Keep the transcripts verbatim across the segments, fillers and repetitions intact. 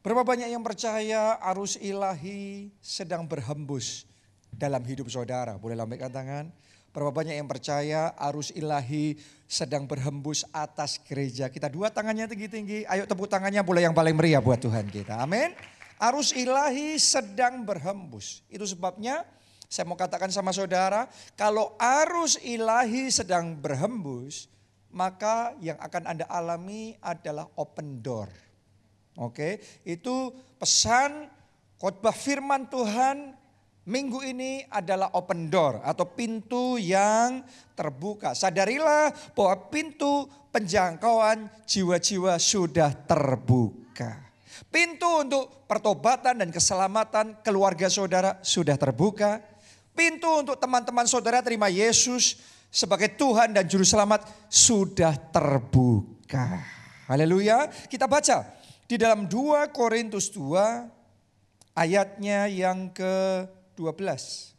Berapa banyak yang percaya arus ilahi sedang berhembus dalam hidup saudara? Boleh lambaikan tangan. Berapa banyak yang percaya arus ilahi sedang berhembus atas gereja kita? Dua tangannya tinggi-tinggi. Ayo tepuk tangannya boleh yang paling meriah buat Tuhan kita. Amin. Arus ilahi sedang berhembus. Itu sebabnya saya mau katakan sama saudara, kalau arus ilahi sedang berhembus, maka yang akan Anda alami adalah open door. Oke, itu pesan khotbah firman Tuhan minggu ini adalah open door atau pintu yang terbuka. Sadarilah bahwa pintu penjangkauan jiwa-jiwa sudah terbuka. Pintu untuk pertobatan dan keselamatan keluarga saudara sudah terbuka. Pintu untuk teman-teman saudara terima Yesus sebagai Tuhan dan Juru Selamat sudah terbuka. Haleluya. Kita baca di dalam dua Korintus dua ayatnya yang ke dua belas.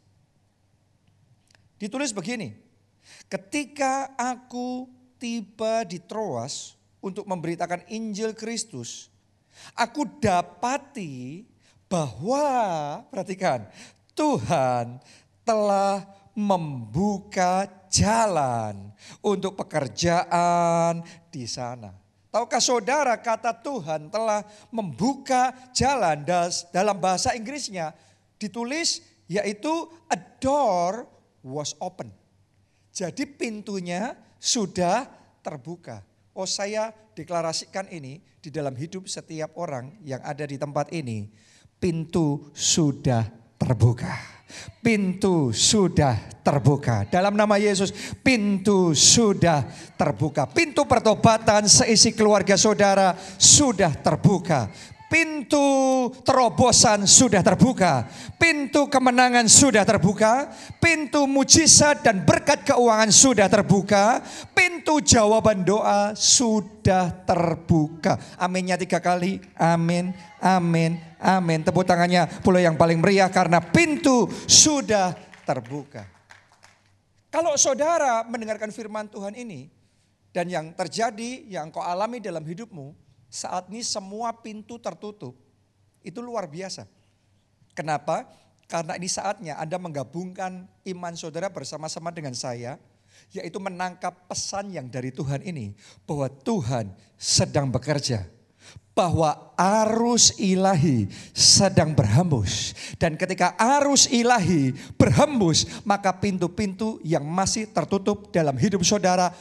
Ditulis begini. Ketika aku tiba di Troas untuk memberitakan Injil Kristus, aku dapati bahwa, perhatikan, Tuhan telah membuka jalan untuk pekerjaan di sana. Tahukah saudara kata Tuhan telah membuka jalan, dalam bahasa Inggrisnya ditulis yaitu a door was open. Jadi pintunya sudah terbuka. Oh, saya deklarasikan ini di dalam hidup setiap orang yang ada di tempat ini. Pintu sudah terbuka. Pintu sudah terbuka. Dalam nama Yesus, pintu sudah terbuka. Pintu pertobatan seisi keluarga saudara sudah terbuka. Pintu terobosan sudah terbuka. Pintu kemenangan sudah terbuka. Pintu mujizat dan berkat keuangan sudah terbuka. Pintu jawaban doa sudah terbuka. Aminnya tiga kali. Amin, amin, amin. Tepuk tangannya pula yang paling meriah karena pintu sudah terbuka. Kalau saudara mendengarkan firman Tuhan ini dan yang terjadi, yang kau alami dalam hidupmu, saat ini semua pintu tertutup, itu luar biasa. Kenapa? Karena ini saatnya Anda menggabungkan iman saudara bersama-sama dengan saya, yaitu menangkap pesan yang dari Tuhan ini, bahwa Tuhan sedang bekerja, bahwa arus ilahi sedang berhembus. Dan ketika arus ilahi berhembus, maka pintu-pintu yang masih tertutup dalam hidup saudara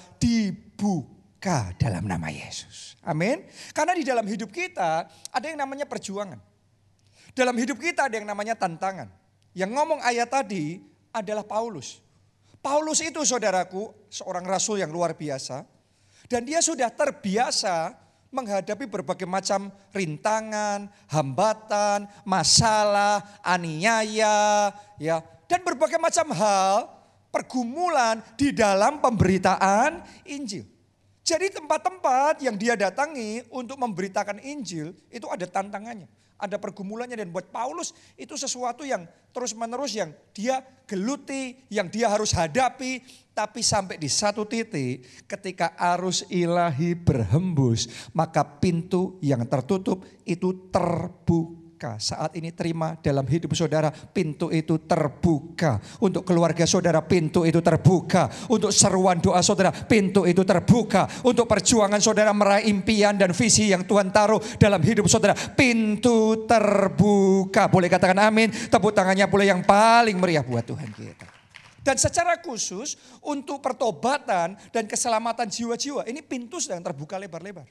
dibuka dalam nama Yesus. Amin. Karena di dalam hidup kita ada yang namanya perjuangan. Dalam hidup kita ada yang namanya tantangan. Yang ngomong ayat tadi adalah Paulus. Paulus itu saudaraku seorang rasul yang luar biasa. Dan dia sudah terbiasa menghadapi berbagai macam rintangan, hambatan, masalah, aniaya, ya, dan berbagai macam hal, pergumulan di dalam pemberitaan Injil. Jadi tempat-tempat yang dia datangi untuk memberitakan Injil itu ada tantangannya, ada pergumulannya, dan buat Paulus itu sesuatu yang terus-menerus yang dia geluti, yang dia harus hadapi. Tapi sampai di satu titik ketika arus ilahi berhembus, maka pintu yang tertutup itu terbuka. Saat ini terima dalam hidup saudara, pintu itu terbuka. Untuk keluarga saudara, pintu itu terbuka. Untuk seruan doa saudara, pintu itu terbuka. Untuk perjuangan saudara meraih impian dan visi yang Tuhan taruh dalam hidup saudara, pintu terbuka. Boleh katakan amin. Tepuk tangannya boleh yang paling meriah buat Tuhan kita. Dan secara khusus untuk pertobatan dan keselamatan jiwa-jiwa, ini pintu sedang terbuka lebar-lebar.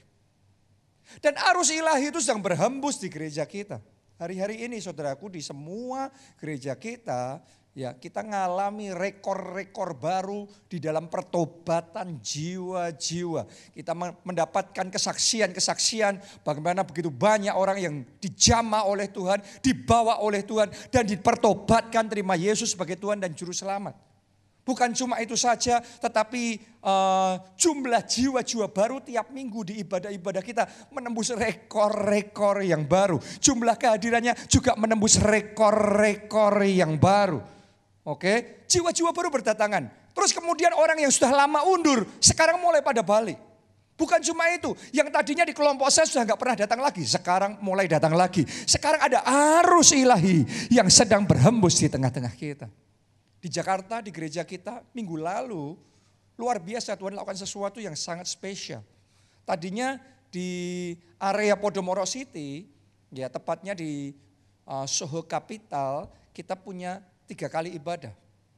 Dan arus ilahi itu sedang berhembus di gereja kita. Hari-hari ini saudaraku, di semua gereja kita, ya, kita ngalami rekor-rekor baru di dalam pertobatan jiwa-jiwa. Kita mendapatkan kesaksian-kesaksian bagaimana begitu banyak orang yang dijamah oleh Tuhan, dibawa oleh Tuhan, dan dipertobatkan terima Yesus sebagai Tuhan dan Juru Selamat. Bukan cuma itu saja, tetapi uh, jumlah jiwa-jiwa baru tiap minggu di ibadah-ibadah kita menembus rekor-rekor yang baru. Jumlah kehadirannya juga menembus rekor-rekor yang baru. Oke, jiwa-jiwa baru berdatangan. Terus kemudian orang yang sudah lama undur, sekarang mulai pada balik. Bukan cuma itu, yang tadinya di kelompok saya sudah nggak pernah datang lagi, sekarang mulai datang lagi. Sekarang ada arus ilahi yang sedang berhembus di tengah-tengah kita. Di Jakarta, di gereja kita, minggu lalu, luar biasa Tuhan lakukan sesuatu yang sangat spesial. Tadinya di area Podomoro City, ya tepatnya di uh, Soho Capital, kita punya tiga kali ibadah.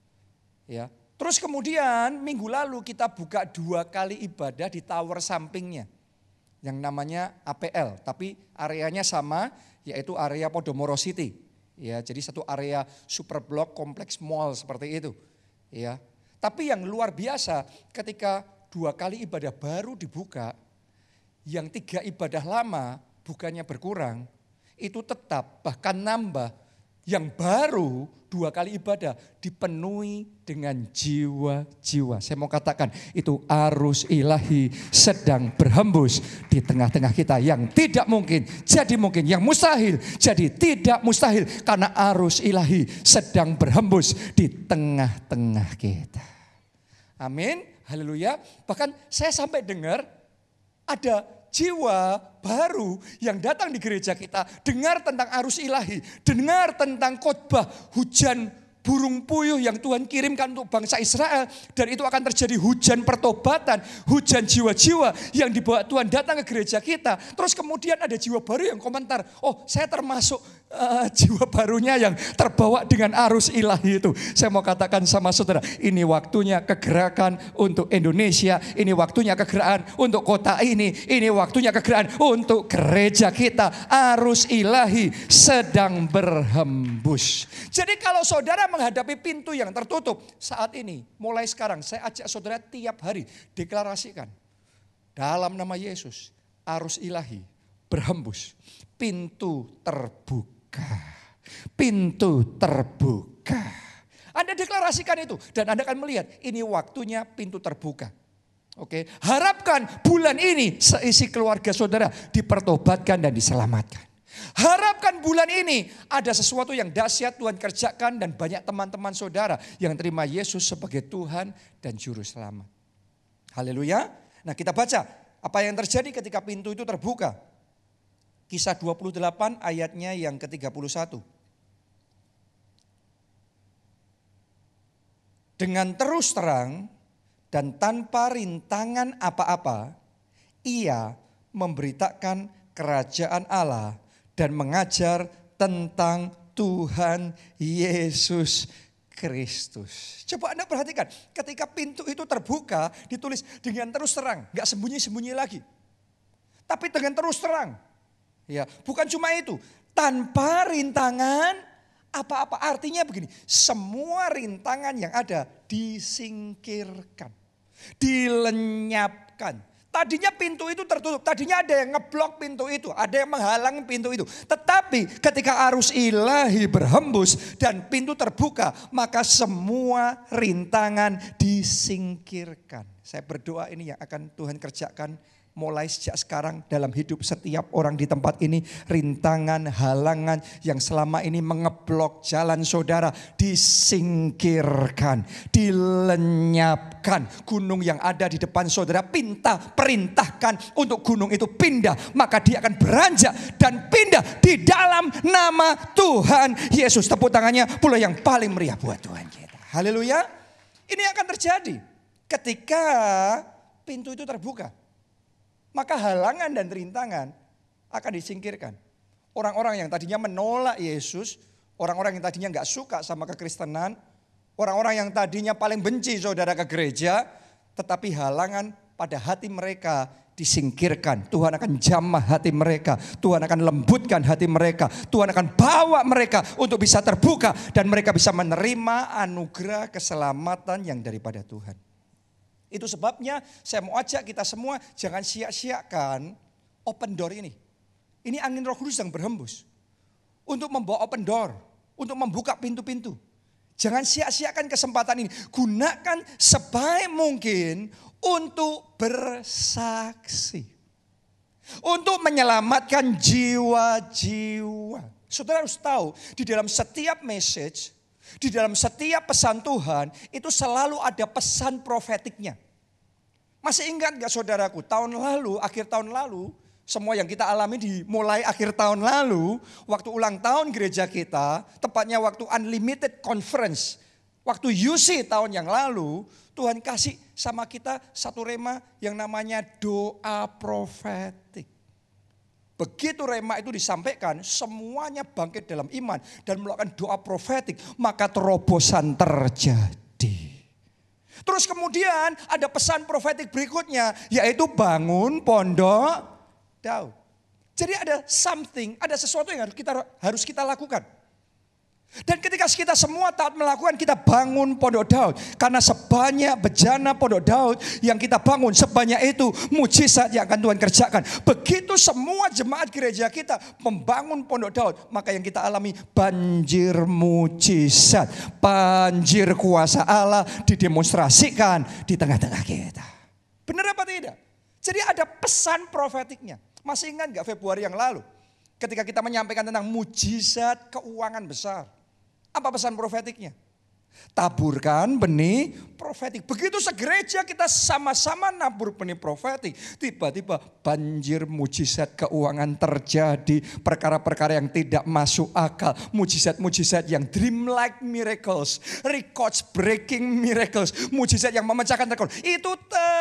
Ya, terus kemudian minggu lalu kita buka dua kali ibadah di tower sampingnya, yang namanya A P L, tapi areanya sama, yaitu area Podomoro City. Ya, jadi satu area super blok kompleks mall seperti itu. Ya, tapi yang luar biasa ketika dua kali ibadah baru dibuka, yang tiga ibadah lama bukannya berkurang, itu tetap bahkan nambah. Yang baru dua kali ibadah dipenuhi dengan jiwa-jiwa. Saya mau katakan itu arus ilahi sedang berhembus di tengah-tengah kita. Yang tidak mungkin jadi mungkin, yang mustahil jadi tidak mustahil. Karena arus ilahi sedang berhembus di tengah-tengah kita. Amin, haleluya. Bahkan saya sampai dengar ada jiwa baru yang datang di gereja kita, dengar tentang arus ilahi, dengar tentang khotbah hujan burung puyuh yang Tuhan kirimkan untuk bangsa Israel. Dan itu akan terjadi hujan pertobatan, hujan jiwa-jiwa yang dibawa Tuhan datang ke gereja kita. Terus kemudian ada jiwa baru yang komentar, oh saya termasuk uh, jiwa barunya yang terbawa dengan arus ilahi itu. Saya mau katakan sama saudara, ini waktunya kegerakan untuk Indonesia, ini waktunya kegerakan untuk kota ini, ini waktunya kegerakan untuk gereja kita. Arus ilahi sedang berhembus. Jadi kalau saudara menghadapi pintu yang tertutup saat ini, mulai sekarang saya ajak saudara tiap hari deklarasikan. Dalam nama Yesus, arus ilahi berhembus. Pintu terbuka. Pintu terbuka. Anda deklarasikan itu dan Anda akan melihat ini waktunya pintu terbuka. Oke, harapkan bulan ini seisi keluarga saudara dipertobatkan dan diselamatkan. Harapkan bulan ini ada sesuatu yang dahsyat Tuhan kerjakan dan banyak teman-teman saudara yang terima Yesus sebagai Tuhan dan Juru Selamat. Haleluya. Nah kita baca apa yang terjadi ketika pintu itu terbuka. Kisah dua puluh delapan ayatnya yang ke tiga puluh satu. Dengan terus terang dan tanpa rintangan apa-apa, ia memberitakan kerajaan Allah dan mengajar tentang Tuhan Yesus Kristus. Coba Anda perhatikan, ketika pintu itu terbuka, ditulis dengan terus terang, gak sembunyi-sembunyi lagi. Tapi dengan terus terang. Ya, bukan cuma itu, tanpa rintangan apa-apa. Artinya begini, semua rintangan yang ada disingkirkan, dilenyapkan. Tadinya pintu itu tertutup, tadinya ada yang ngeblok pintu itu, ada yang menghalang pintu itu. Tetapi ketika arus ilahi berhembus dan pintu terbuka, maka semua rintangan disingkirkan. Saya berdoa ini yang akan Tuhan kerjakan mulai sejak sekarang dalam hidup setiap orang di tempat ini. Rintangan, halangan yang selama ini mengeblok jalan saudara disingkirkan, dilenyapkan. Gunung yang ada di depan saudara, pinta, perintahkan untuk gunung itu pindah. Maka dia akan beranjak dan pindah di dalam nama Tuhan Yesus. Tepuk tangannya pula yang paling meriah buat Tuhan kita. Haleluya. Ini akan terjadi ketika pintu itu terbuka. Maka halangan dan rintangan akan disingkirkan. Orang-orang yang tadinya menolak Yesus, orang-orang yang tadinya gak suka sama kekristenan, orang-orang yang tadinya paling benci saudara ke gereja, tetapi halangan pada hati mereka disingkirkan. Tuhan akan jamah hati mereka, Tuhan akan lembutkan hati mereka, Tuhan akan bawa mereka untuk bisa terbuka dan mereka bisa menerima anugerah keselamatan yang daripada Tuhan. Itu sebabnya saya mau ajak kita semua jangan sia-siakan open door ini. Ini angin Roh Kudus yang berhembus untuk membawa open door, untuk membuka pintu-pintu. Jangan sia-siakan kesempatan ini. Gunakan sebaik mungkin untuk bersaksi. Untuk menyelamatkan jiwa-jiwa. Saudara harus tahu di dalam setiap message, di dalam setiap pesan Tuhan itu selalu ada pesan profetiknya. Masih ingat gak saudaraku, tahun lalu, akhir tahun lalu, semua yang kita alami di mulai akhir tahun lalu, waktu ulang tahun gereja kita, tepatnya waktu Unlimited Conference, waktu U C tahun yang lalu, Tuhan kasih sama kita satu rema yang namanya doa profetik. Begitu rema itu disampaikan, semuanya bangkit dalam iman dan melakukan doa profetik, maka terobosan terjadi. Terus kemudian ada pesan profetik berikutnya, yaitu bangun pondok Daud. Jadi ada something, ada sesuatu yang harus kita harus kita lakukan. Dan ketika kita semua taat melakukan, kita bangun pondok Daud. Karena sebanyak bejana pondok Daud yang kita bangun, sebanyak itu mujizat yang akan Tuhan kerjakan. Begitu semua jemaat gereja kita membangun pondok Daud, maka yang kita alami banjir mujizat, banjir kuasa Allah didemonstrasikan di tengah-tengah kita. Benar apa tidak? Jadi ada pesan profetiknya. Masih ingat gak Februari yang lalu? Ketika kita menyampaikan tentang mujizat keuangan besar. Apa pesan profetiknya? Taburkan benih profetik. Begitu segereja kita sama-sama nabur benih profetik. Tiba-tiba banjir mujizat keuangan terjadi. Perkara-perkara yang tidak masuk akal. Mujizat-mujizat yang dream-like miracles. Records breaking miracles. Mujizat yang memecahkan rekor. Itu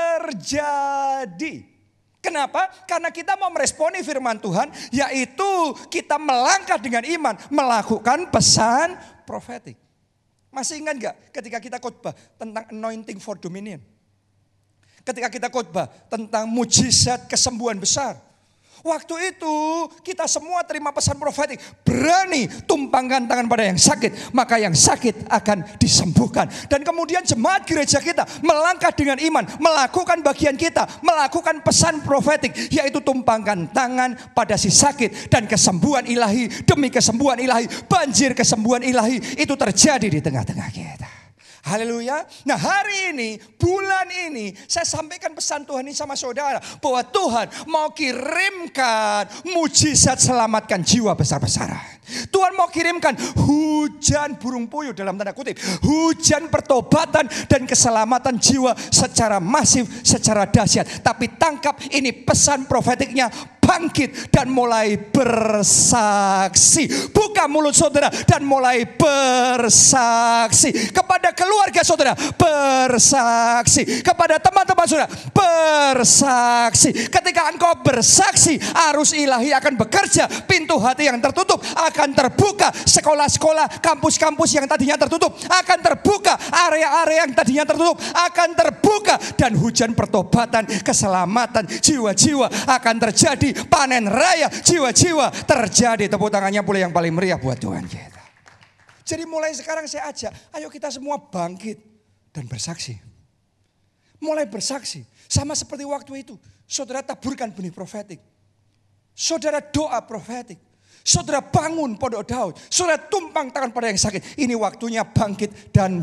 terjadi. Kenapa? Karena kita mau meresponi firman Tuhan, yaitu kita melangkah dengan iman, melakukan pesan profetik. Masih ingat gak ketika kita khotbah tentang anointing for dominion? Ketika kita khotbah tentang mujizat kesembuhan besar. Waktu itu kita semua terima pesan profetik. Berani tumpangkan tangan pada yang sakit, maka yang sakit akan disembuhkan. Dan kemudian jemaat gereja kita melangkah dengan iman, melakukan bagian kita, melakukan pesan profetik, yaitu tumpangkan tangan pada si sakit. Dan kesembuhan ilahi demi kesembuhan ilahi, banjir kesembuhan ilahi itu terjadi di tengah-tengah kita. Haleluya. Nah hari ini, bulan ini saya sampaikan pesan Tuhan ini sama saudara. Bahwa Tuhan mau kirimkan mujizat selamatkan jiwa besar-besaran. Tuhan mau kirimkan hujan burung puyuh dalam tanda kutip. Hujan pertobatan dan keselamatan jiwa secara masif, secara dahsyat. Tapi tangkap ini pesan profetiknya. Bangkit dan mulai bersaksi. Buka mulut saudara dan mulai bersaksi. Kepada keluarga saudara bersaksi. Kepada teman-teman saudara bersaksi. Ketika engkau bersaksi, arus ilahi akan bekerja. Pintu hati yang tertutup akan terbuka. Sekolah-sekolah, kampus-kampus yang tadinya tertutup akan terbuka. Area-area yang tadinya tertutup akan terbuka. Dan hujan pertobatan, keselamatan, jiwa-jiwa akan terjadi. Panen raya jiwa-jiwa terjadi. Tepuk tangannya pula yang paling meriah buat Tuhan kita. Jadi mulai sekarang saya ajak, ayo kita semua bangkit dan bersaksi. Mulai bersaksi. Sama seperti waktu itu. Saudara taburkan benih profetik. Saudara doa profetik. Saudara bangun pondok Daud. Saudara tumpang tangan pada yang sakit. Ini waktunya bangkit dan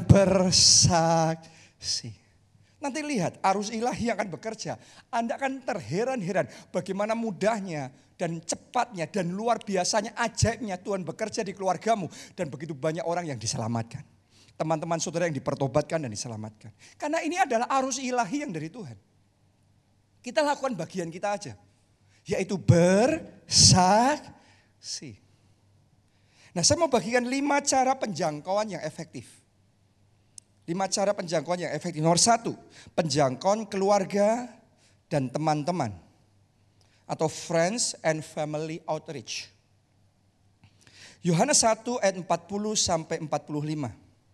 bersaksi. Nanti lihat arus ilahi yang akan bekerja. Anda akan terheran-heran bagaimana mudahnya dan cepatnya dan luar biasanya ajaibnya Tuhan bekerja di keluargamu. Dan begitu banyak orang yang diselamatkan. Teman-teman saudara yang dipertobatkan dan diselamatkan. Karena ini adalah arus ilahi yang dari Tuhan. Kita lakukan bagian kita aja. Yaitu bersaksi. Nah saya mau bagikan lima cara penjangkauan yang efektif. Lima cara penjangkauan yang efektif. Nomor satu, penjangkauan keluarga dan teman-teman. Atau friends and family outreach. Yohanes satu ayat empat puluh sampai empat puluh lima.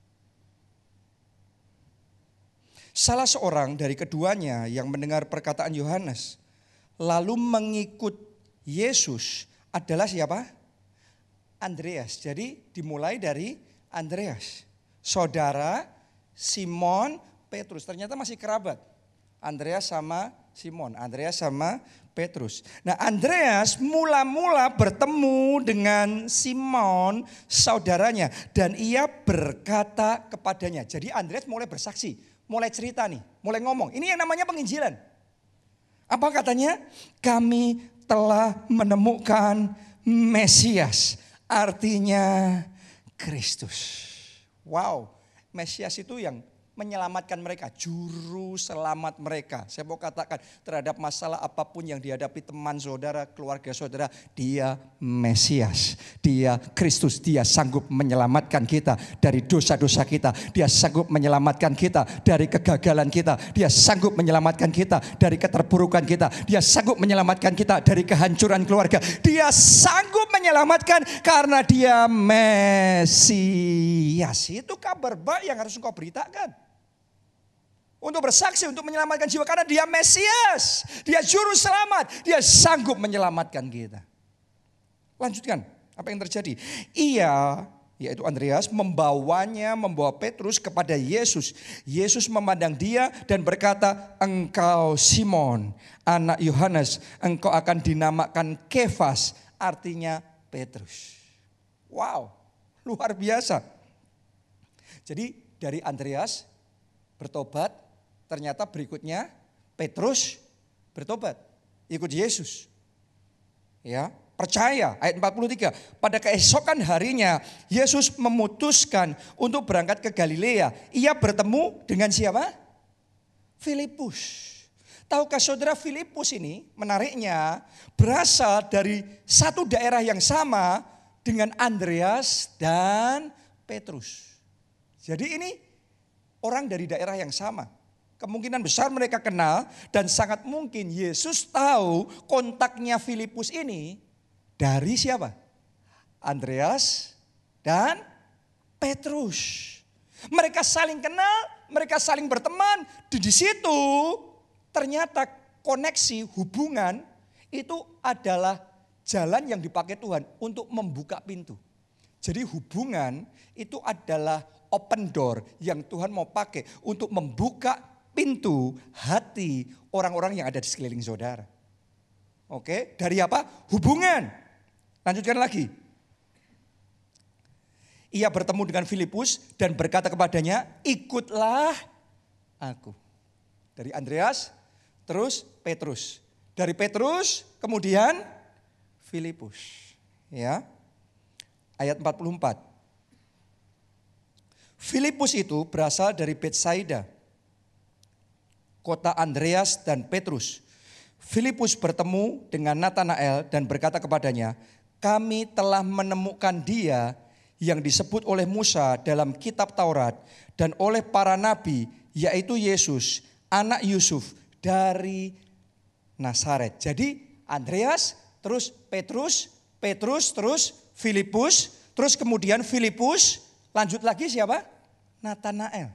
Salah seorang dari keduanya yang mendengar perkataan Yohanes lalu mengikut Yesus adalah siapa? Andreas. Jadi dimulai dari Andreas. Saudara Simon Petrus, ternyata masih kerabat. Andreas sama Simon, Andreas sama Petrus. Nah Andreas mula-mula bertemu dengan Simon saudaranya. Dan ia berkata kepadanya. Jadi Andreas mulai bersaksi, mulai cerita nih, mulai ngomong. Ini yang namanya penginjilan. Apa katanya? Kami telah menemukan Mesias, artinya Kristus. Wow. Mesias itu yang menyelamatkan mereka, juru selamat mereka. Saya mau katakan terhadap masalah apapun yang dihadapi teman saudara, keluarga saudara, dia Mesias, dia Kristus, dia sanggup menyelamatkan kita dari dosa-dosa kita, dia sanggup menyelamatkan kita dari kegagalan kita, dia sanggup menyelamatkan kita dari keterpurukan kita, dia sanggup menyelamatkan kita dari kehancuran keluarga, dia sanggup menyelamatkan karena dia Mesias. Itu kabar baik yang harus engkau beritakan. Untuk bersaksi, untuk menyelamatkan jiwa. Karena dia Mesias. Dia juru selamat. Dia sanggup menyelamatkan kita. Lanjutkan. Apa yang terjadi? Ia, yaitu Andreas, membawanya, membawa Petrus kepada Yesus. Yesus memandang dia dan berkata, engkau Simon, anak Yohanes. Engkau akan dinamakan Kefas. Artinya Petrus. Wow, luar biasa. Jadi dari Andreas bertobat. Ternyata berikutnya Petrus bertobat, ikut Yesus. Ya, percaya. Ayat empat puluh tiga. Pada keesokan harinya Yesus memutuskan untuk berangkat ke Galilea. Ia bertemu dengan siapa? Filipus. Tahukah saudara, Filipus ini menariknya berasal dari satu daerah yang sama dengan Andreas dan Petrus. Jadi ini orang dari daerah yang sama. Kemungkinan besar mereka kenal dan sangat mungkin Yesus tahu kontaknya Filipus ini dari siapa? Andreas dan Petrus. Mereka saling kenal, mereka saling berteman. Di situ ternyata koneksi hubungan itu adalah jalan yang dipakai Tuhan untuk membuka pintu. Jadi hubungan itu adalah open door yang Tuhan mau pakai untuk membuka pintu hati orang-orang yang ada di sekeliling saudara. Oke, dari apa? Hubungan. Lanjutkan lagi. Ia bertemu dengan Filipus dan berkata kepadanya, ikutlah aku. Dari Andreas, terus Petrus. Dari Petrus, kemudian Filipus. Ya. Ayat empat puluh empat. Filipus itu berasal dari Betsaida, kota Andreas dan Petrus. Filipus bertemu dengan Natanael dan berkata kepadanya, kami telah menemukan dia yang disebut oleh Musa dalam kitab Taurat dan oleh para nabi, yaitu Yesus, anak Yusuf dari Nazaret. Jadi Andreas, terus Petrus, Petrus, terus Filipus, terus kemudian Filipus, lanjut lagi siapa? Natanael.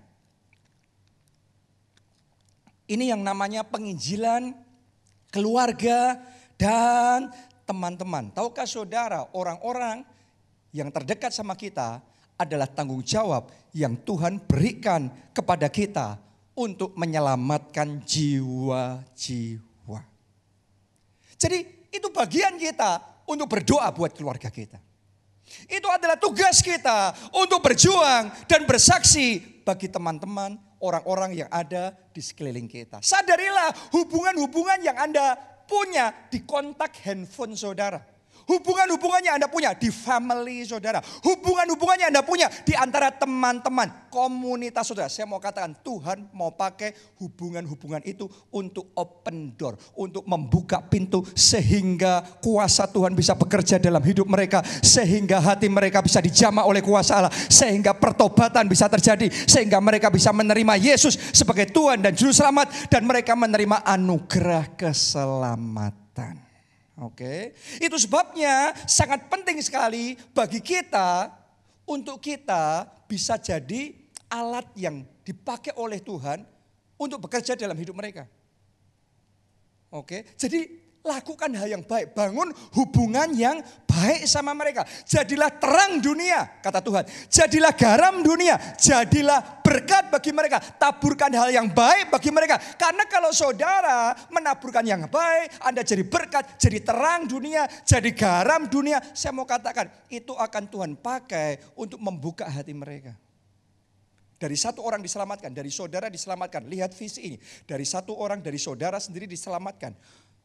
Ini yang namanya penginjilan keluarga dan teman-teman. Tahukah saudara, orang-orang yang terdekat sama kita adalah tanggung jawab yang Tuhan berikan kepada kita untuk menyelamatkan jiwa-jiwa. Jadi itu bagian kita untuk berdoa buat keluarga kita. Itu adalah tugas kita untuk berjuang dan bersaksi bagi teman-teman, orang-orang yang ada di sekeliling kita. Sadarilah hubungan-hubungan yang Anda punya di kontak handphone saudara. Hubungan-hubungan yang Anda punya di family saudara. Hubungan-hubungan yang Anda punya di antara teman-teman, komunitas saudara. Saya mau katakan Tuhan mau pakai hubungan-hubungan itu untuk open door. Untuk membuka pintu sehingga kuasa Tuhan bisa bekerja dalam hidup mereka. Sehingga hati mereka bisa dijamah oleh kuasa Allah. Sehingga pertobatan bisa terjadi. Sehingga mereka bisa menerima Yesus sebagai Tuhan dan Juru Selamat. Dan mereka menerima anugerah keselamatan. Oke, itu sebabnya sangat penting sekali bagi kita untuk kita bisa jadi alat yang dipakai oleh Tuhan untuk bekerja dalam hidup mereka. Oke, jadi lakukan hal yang baik, bangun hubungan yang baik sama mereka. Jadilah terang dunia, kata Tuhan. Jadilah garam dunia, jadilah berkat bagi mereka. Taburkan hal yang baik bagi mereka. Karena kalau saudara menaburkan yang baik, Anda jadi berkat, jadi terang dunia, jadi garam dunia. Saya mau katakan, itu akan Tuhan pakai untuk membuka hati mereka. Dari satu orang diselamatkan, dari saudara diselamatkan. Lihat visi ini, dari satu orang, dari saudara sendiri diselamatkan.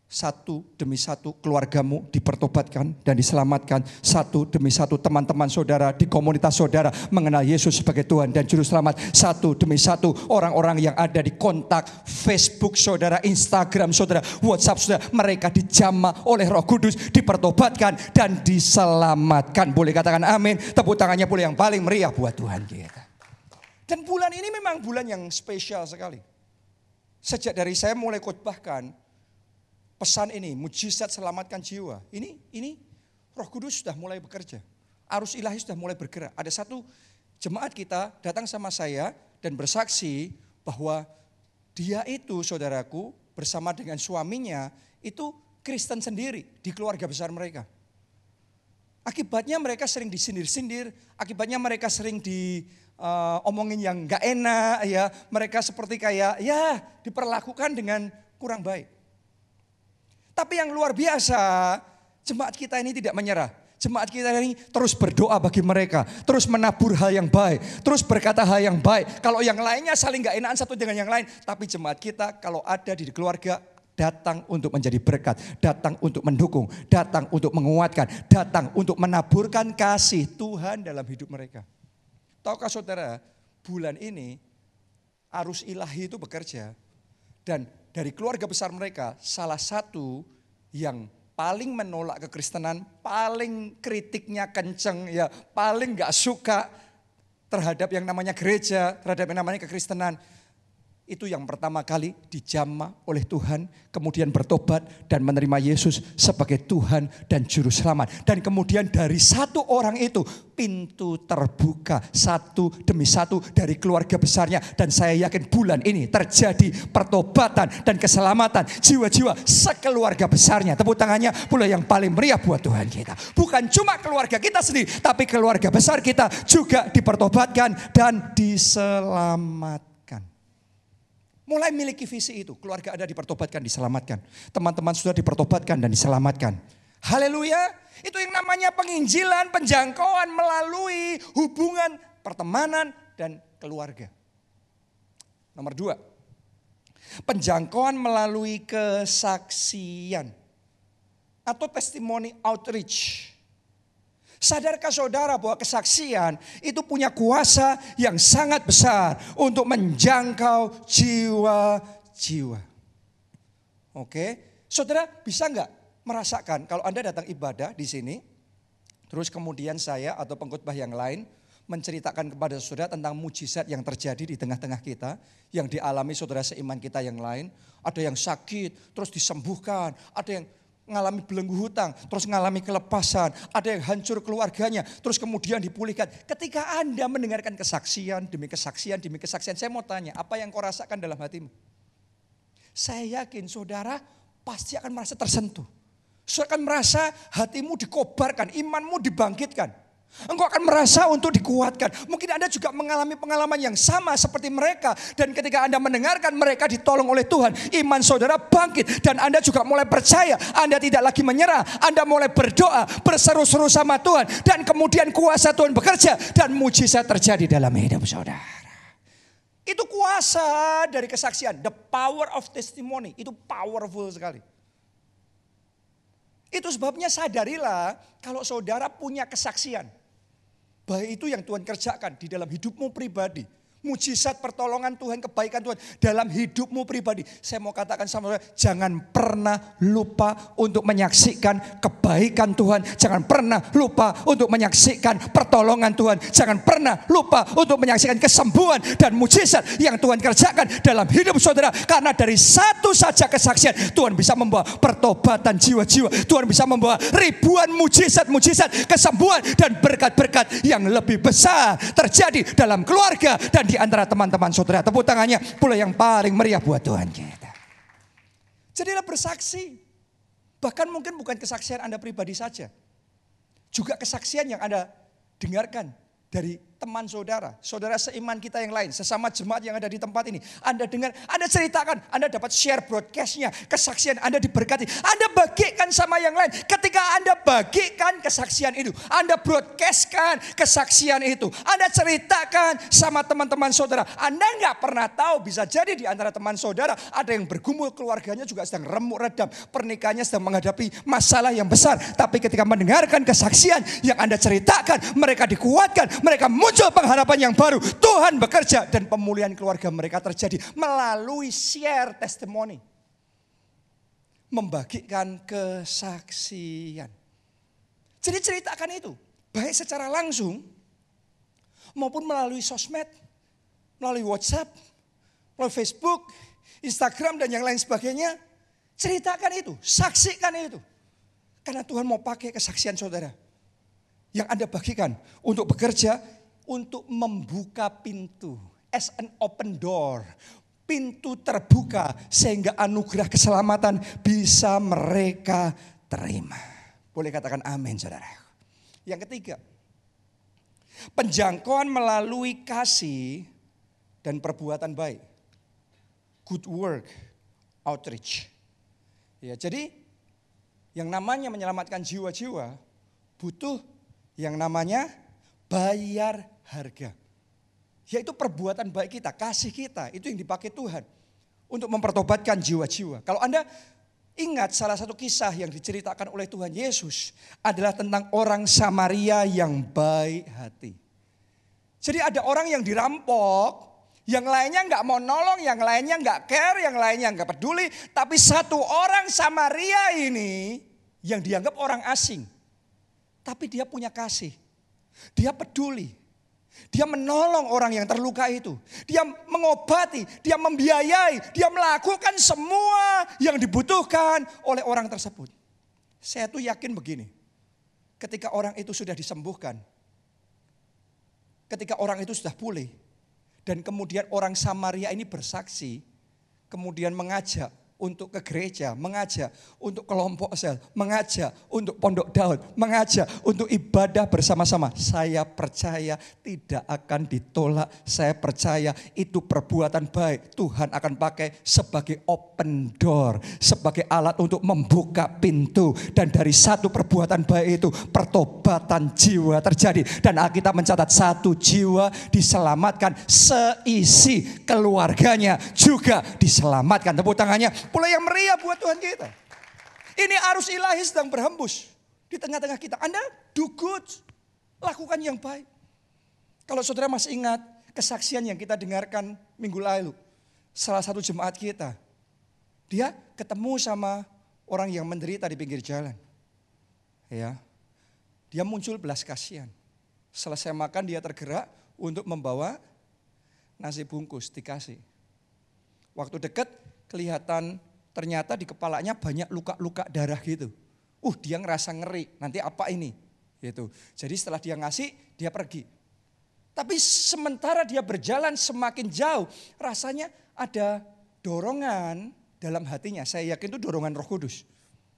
Satu demi satu keluargamu dipertobatkan dan diselamatkan. Satu demi satu teman-teman saudara di komunitas saudara mengenal Yesus sebagai Tuhan dan Juru Selamat. Satu demi satu orang-orang yang ada di kontak Facebook saudara, Instagram saudara, WhatsApp saudara, mereka dijamah oleh Roh Kudus, dipertobatkan dan diselamatkan. Boleh katakan amin. Tepuk tangannya boleh yang paling meriah buat Tuhan kita. Dan bulan ini memang bulan yang spesial sekali. Sejak dari saya mulai khotbahkan pesan ini, mujizat selamatkan jiwa. Ini ini Roh Kudus sudah mulai bekerja. Arus ilahi sudah mulai bergerak. Ada satu jemaat kita datang sama saya dan bersaksi bahwa dia itu saudaraku bersama dengan suaminya itu Kristen sendiri di keluarga besar mereka. Akibatnya mereka sering disindir-sindir, akibatnya mereka sering di uh, omongin yang gak enak ya. Mereka seperti kayak ya diperlakukan dengan kurang baik. Tapi yang luar biasa, jemaat kita ini tidak menyerah. Jemaat kita ini terus berdoa bagi mereka, terus menabur hal yang baik, terus berkata hal yang baik. Kalau yang lainnya saling gak enakan satu dengan yang lain, tapi jemaat kita kalau ada di keluarga datang untuk menjadi berkat, datang untuk mendukung, datang untuk menguatkan, datang untuk menaburkan kasih Tuhan dalam hidup mereka. Tahukah saudara, bulan ini arus ilahi itu bekerja dan dari keluarga besar mereka, salah satu yang paling menolak kekristenan, paling kritiknya kenceng, ya paling gak suka terhadap yang namanya gereja, terhadap yang namanya kekristenan. Itu yang pertama kali dijamah oleh Tuhan, kemudian bertobat dan menerima Yesus sebagai Tuhan dan Juru Selamat. Dan kemudian dari satu orang itu pintu terbuka satu demi satu dari keluarga besarnya. Dan saya yakin bulan ini terjadi pertobatan dan keselamatan jiwa-jiwa sekeluarga besarnya. Tepuk tangannya pula yang paling meriah buat Tuhan kita. Bukan cuma keluarga kita sendiri, tapi keluarga besar kita juga dipertobatkan dan diselamatkan. Mulai miliki visi itu, keluarga Anda dipertobatkan, diselamatkan. Teman-teman sudah dipertobatkan dan diselamatkan. Haleluya, itu yang namanya penginjilan, penjangkauan melalui hubungan pertemanan dan keluarga. Nomor dua, penjangkauan melalui kesaksian atau testimony outreach. Sadarkah saudara bahwa kesaksian itu punya kuasa yang sangat besar untuk menjangkau jiwa-jiwa. Oke, saudara bisa nggak merasakan kalau Anda datang ibadah di sini, terus kemudian saya atau pengkhotbah yang lain menceritakan kepada saudara tentang mujizat yang terjadi di tengah-tengah kita, yang dialami saudara seiman kita yang lain. Ada yang sakit, terus disembuhkan, ada yang ngalami belenggu hutang, terus ngalami kelepasan, ada yang hancur keluarganya, terus kemudian dipulihkan. Ketika Anda mendengarkan kesaksian demi kesaksian demi kesaksian, saya mau tanya, apa yang kau rasakan dalam hatimu? Saya yakin saudara pasti akan merasa tersentuh. Saudara akan merasa hatimu dikobarkan, imanmu dibangkitkan. Engkau akan merasa untuk dikuatkan. Mungkin Anda juga mengalami pengalaman yang sama seperti mereka. Dan ketika Anda mendengarkan mereka ditolong oleh Tuhan, iman saudara bangkit. Dan Anda juga mulai percaya. Anda tidak lagi menyerah. Anda mulai berdoa, berseru-seru sama Tuhan. Dan kemudian kuasa Tuhan bekerja. Dan mujizat terjadi dalam hidup saudara. Itu kuasa dari kesaksian. The power of testimony. Itu powerful sekali. Itu sebabnya sadarilah kalau saudara punya kesaksian. Baik itu yang Tuhan kerjakan di dalam hidupmu pribadi. Mujizat pertolongan Tuhan, kebaikan Tuhan dalam hidupmu pribadi. Saya mau katakan sama saudara, jangan pernah lupa untuk menyaksikan kebaikan Tuhan. Jangan pernah lupa untuk menyaksikan pertolongan Tuhan. Jangan pernah lupa untuk menyaksikan kesembuhan dan mujizat yang Tuhan kerjakan dalam hidup saudara. Karena dari satu saja kesaksian, Tuhan bisa membawa pertobatan jiwa-jiwa. Tuhan bisa membawa ribuan mujizat-mujizat, kesembuhan dan berkat-berkat yang lebih besar terjadi dalam keluarga dan di antara teman-teman saudara. Tepuk tangannya pula yang paling meriah buat Tuhan kita. Jadilah bersaksi. Bahkan mungkin bukan kesaksian Anda pribadi saja. Juga kesaksian yang Anda dengarkan dari teman saudara, saudara seiman kita yang lain, sesama jemaat yang ada di tempat ini. Anda dengar, Anda ceritakan, Anda dapat share broadcastnya, kesaksian Anda diberkati. Anda bagikan sama yang lain. Ketika Anda bagikan kesaksian itu, Anda broadcastkan kesaksian itu, Anda ceritakan sama teman-teman saudara. Anda nggak pernah tahu, bisa jadi di antara teman saudara ada yang bergumul, keluarganya juga sedang remuk redam, pernikahannya sedang menghadapi masalah yang besar. Tapi ketika mendengarkan kesaksian yang Anda ceritakan, mereka dikuatkan, mereka muncul pengharapan yang baru. Tuhan bekerja dan pemulihan keluarga mereka terjadi melalui share testimoni. Membagikan kesaksian. Jadi ceritakan itu. Baik secara langsung maupun melalui sosmed, melalui WhatsApp, melalui Facebook, Instagram dan yang lain sebagainya. Ceritakan itu, saksikan itu. Karena Tuhan mau pakai kesaksian saudara yang Anda bagikan untuk bekerja, untuk membuka pintu, as an open door. Pintu terbuka sehingga anugerah keselamatan bisa mereka terima. Boleh katakan amin saudara. Yang ketiga, penjangkauan melalui kasih dan perbuatan baik. Good work, outreach. Ya, jadi yang namanya menyelamatkan jiwa-jiwa butuh yang namanya bayar harga. Yaitu perbuatan baik kita, kasih kita, itu yang dipakai Tuhan untuk mempertobatkan jiwa-jiwa. Kalau Anda ingat salah satu kisah yang diceritakan oleh Tuhan Yesus adalah tentang orang Samaria yang baik hati. Jadi ada orang yang dirampok, yang lainnya nggak mau nolong, yang lainnya nggak care, yang lainnya nggak peduli. Tapi satu orang Samaria ini yang dianggap orang asing. Tapi dia punya kasih, dia peduli. Dia menolong orang yang terluka itu. Dia mengobati, dia membiayai, dia melakukan semua yang dibutuhkan oleh orang tersebut. Saya tuh yakin begini. Ketika orang itu sudah disembuhkan. Ketika orang itu sudah pulih. Dan kemudian orang Samaria ini bersaksi. Kemudian mengajak untuk ke gereja, mengajak untuk kelompok sel, mengajak untuk pondok daun, mengajak untuk ibadah bersama-sama. Saya percaya tidak akan ditolak. Saya percaya itu perbuatan baik. Tuhan akan pakai sebagai open door, sebagai alat untuk membuka pintu. Dan dari satu perbuatan baik itu pertobatan jiwa terjadi. Dan Alkitab mencatat satu jiwa diselamatkan, seisi keluarganya juga diselamatkan. Tepuk tangannya. Pula yang meriah buat Tuhan kita. Ini arus ilahi sedang berhembus di tengah-tengah kita. Anda do good, lakukan yang baik. Kalau saudara masih ingat kesaksian yang kita dengarkan minggu lalu. Salah satu jemaat kita. Dia ketemu sama orang yang menderita di pinggir jalan. Ya, dia muncul belas kasihan. Selesai makan dia tergerak untuk membawa nasi bungkus dikasih. Waktu dekat kelihatan ternyata di kepalanya banyak luka-luka darah gitu. Uh dia ngerasa ngeri, nanti apa ini? Gitu. Jadi setelah dia ngasih, dia pergi. Tapi sementara dia berjalan semakin jauh, rasanya ada dorongan dalam hatinya. Saya yakin itu dorongan Roh Kudus.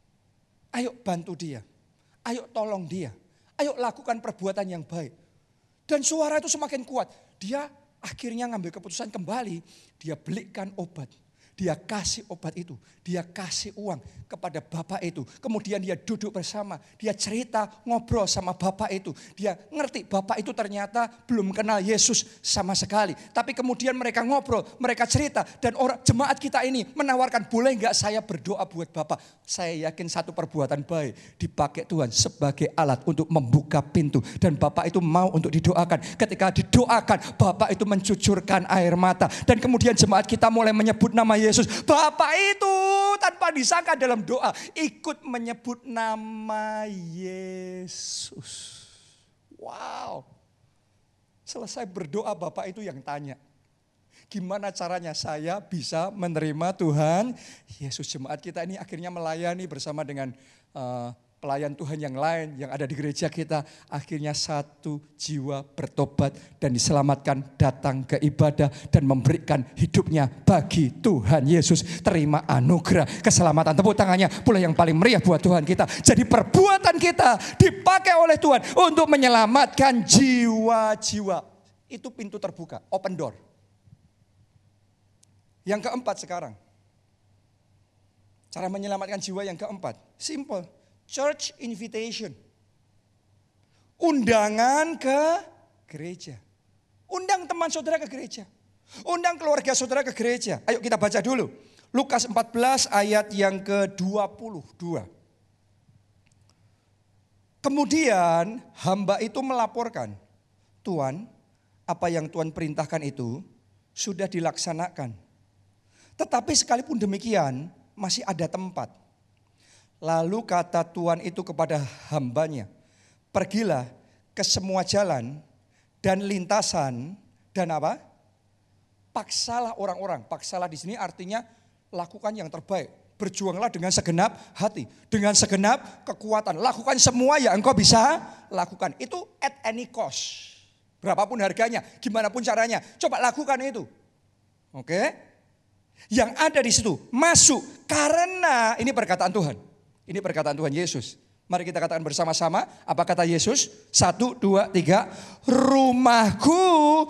Ayo bantu dia, ayo tolong dia, ayo lakukan perbuatan yang baik. Dan suara itu semakin kuat. Dia akhirnya ngambil keputusan kembali, dia belikan obat. Dia kasih obat itu, dia kasih uang kepada bapak itu. Kemudian dia duduk bersama, dia cerita, ngobrol sama bapak itu. Dia ngerti bapak itu ternyata belum kenal Yesus sama sekali. Tapi kemudian mereka ngobrol, mereka cerita. Dan orang jemaat kita ini menawarkan, boleh gak saya berdoa buat bapak? Saya yakin satu perbuatan baik dipakai Tuhan sebagai alat untuk membuka pintu. Dan bapak itu mau untuk didoakan. Ketika didoakan, bapak itu mencucurkan air mata. Dan kemudian jemaat kita mulai menyebut nama Yesus. Yesus. Bapak itu tanpa disangka dalam doa ikut menyebut nama Yesus. Wow. Selesai berdoa bapak itu yang tanya, gimana caranya saya bisa menerima Tuhan Yesus? Jemaat kita ini akhirnya melayani bersama dengan uh, pelayan Tuhan yang lain yang ada di gereja kita, akhirnya satu jiwa bertobat dan diselamatkan, datang ke ibadah dan memberikan hidupnya bagi Tuhan Yesus. Terima anugerah keselamatan. Tepuk tangannya pula yang paling meriah buat Tuhan kita. Jadi perbuatan kita dipakai oleh Tuhan untuk menyelamatkan jiwa-jiwa. Itu pintu terbuka, open door. Yang keempat sekarang, cara menyelamatkan jiwa yang keempat, simple. Church invitation. Undangan ke gereja. Undang teman saudara ke gereja. Undang keluarga saudara ke gereja. Ayo kita baca dulu. Lukas empat belas ayat yang ke dua puluh dua. Kemudian hamba itu melaporkan, Tuan, apa yang Tuhan perintahkan itu sudah dilaksanakan. Tetapi sekalipun demikian masih ada tempat. Lalu kata Tuhan itu kepada hambanya, pergilah ke semua jalan dan lintasan dan apa? Paksalah orang-orang. Paksalah di sini artinya lakukan yang terbaik. Berjuanglah dengan segenap hati, dengan segenap kekuatan. Lakukan semua yang engkau bisa lakukan. Itu at any cost. Berapapun harganya, gimana pun caranya. Coba lakukan itu. Oke? Yang ada di situ masuk karena ini perkataan Tuhan. Ini perkataan Tuhan Yesus. Mari kita katakan bersama-sama. Apa kata Yesus? Satu, dua, tiga. Rumahku